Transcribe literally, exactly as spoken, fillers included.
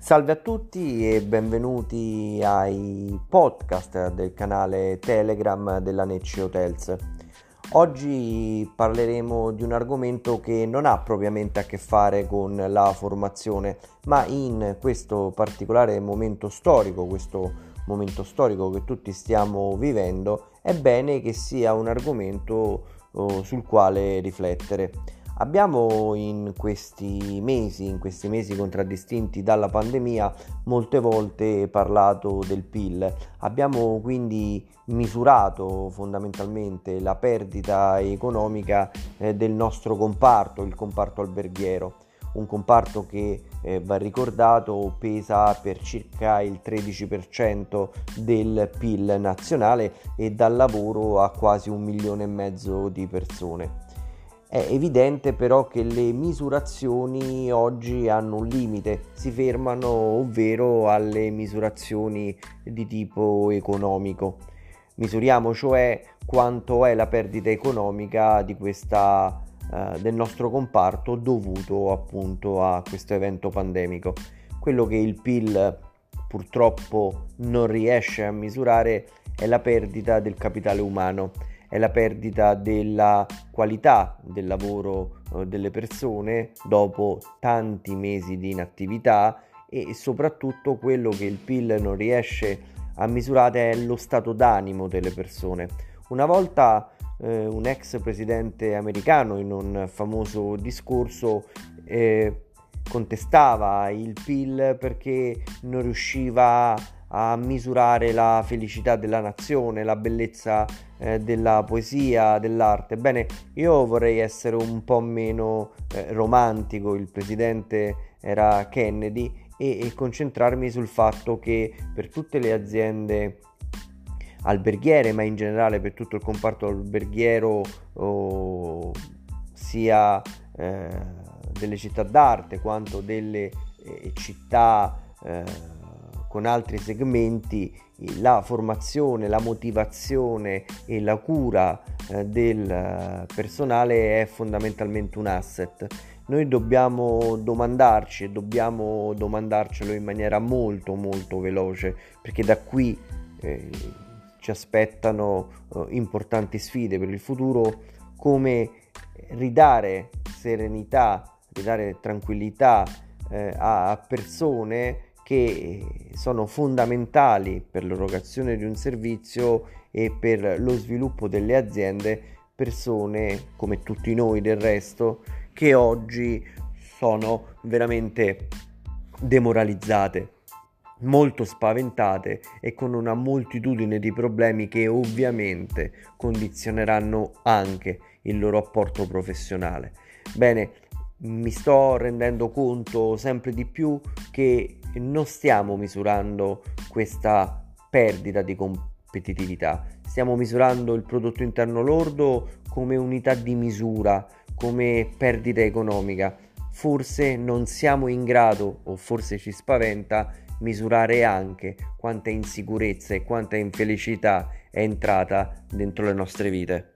Salve a tutti e benvenuti ai podcast del canale Telegram della Necci Hotels. Oggi parleremo di un argomento che non ha propriamente a che fare con la formazione, ma in questo particolare momento storico, questo momento storico che tutti stiamo vivendo, è bene che sia un argomento oh, sul quale riflettere. Abbiamo in questi mesi, in questi mesi contraddistinti dalla pandemia, molte volte parlato del P I L. Abbiamo quindi misurato fondamentalmente la perdita economica eh, del nostro comparto, il comparto alberghiero. Un comparto che, eh, va ricordato, pesa per circa il tredici per cento del P I L nazionale e dà lavoro a quasi un milione e mezzo di persone. È evidente però che le misurazioni oggi hanno un limite, si fermano ovvero alle misurazioni di tipo economico. Misuriamo cioè quanto è la perdita economica di questa, eh, del nostro comparto dovuto appunto a questo evento pandemico. Quello che il P I L purtroppo non riesce a misurare è la perdita del capitale umano. È la perdita della qualità del lavoro eh, delle persone dopo tanti mesi di inattività e soprattutto quello che il P I L non riesce a misurare è lo stato d'animo delle persone. Una volta eh, un ex presidente americano in un famoso discorso eh, contestava il P I L perché non riusciva a misurare la felicità della nazione, la bellezza eh, della poesia, dell'arte. Bene, io vorrei essere un po' meno eh, romantico, il presidente era Kennedy, e, e concentrarmi sul fatto che per tutte le aziende alberghiere, ma in generale per tutto il comparto alberghiero, oh, sia eh, delle città d'arte quanto delle eh, città eh, con altri segmenti, la formazione, la motivazione e la cura eh, del personale è fondamentalmente un asset. Noi dobbiamo domandarci e dobbiamo domandarcelo in maniera molto molto veloce, perché da qui eh, ci aspettano eh, importanti sfide per il futuro, come ridare serenità, ridare tranquillità eh, a persone che sono fondamentali per l'erogazione di un servizio e per lo sviluppo delle aziende, persone come tutti noi del resto che oggi sono veramente demoralizzate, molto spaventate e con una moltitudine di problemi che ovviamente condizioneranno anche il loro apporto professionale. Bene, mi sto rendendo conto sempre di più che non stiamo misurando questa perdita di competitività, stiamo misurando il prodotto interno lordo come unità di misura, come perdita economica. Forse non siamo in grado, o forse ci spaventa, misurare anche quanta insicurezza e quanta infelicità è entrata dentro le nostre vite.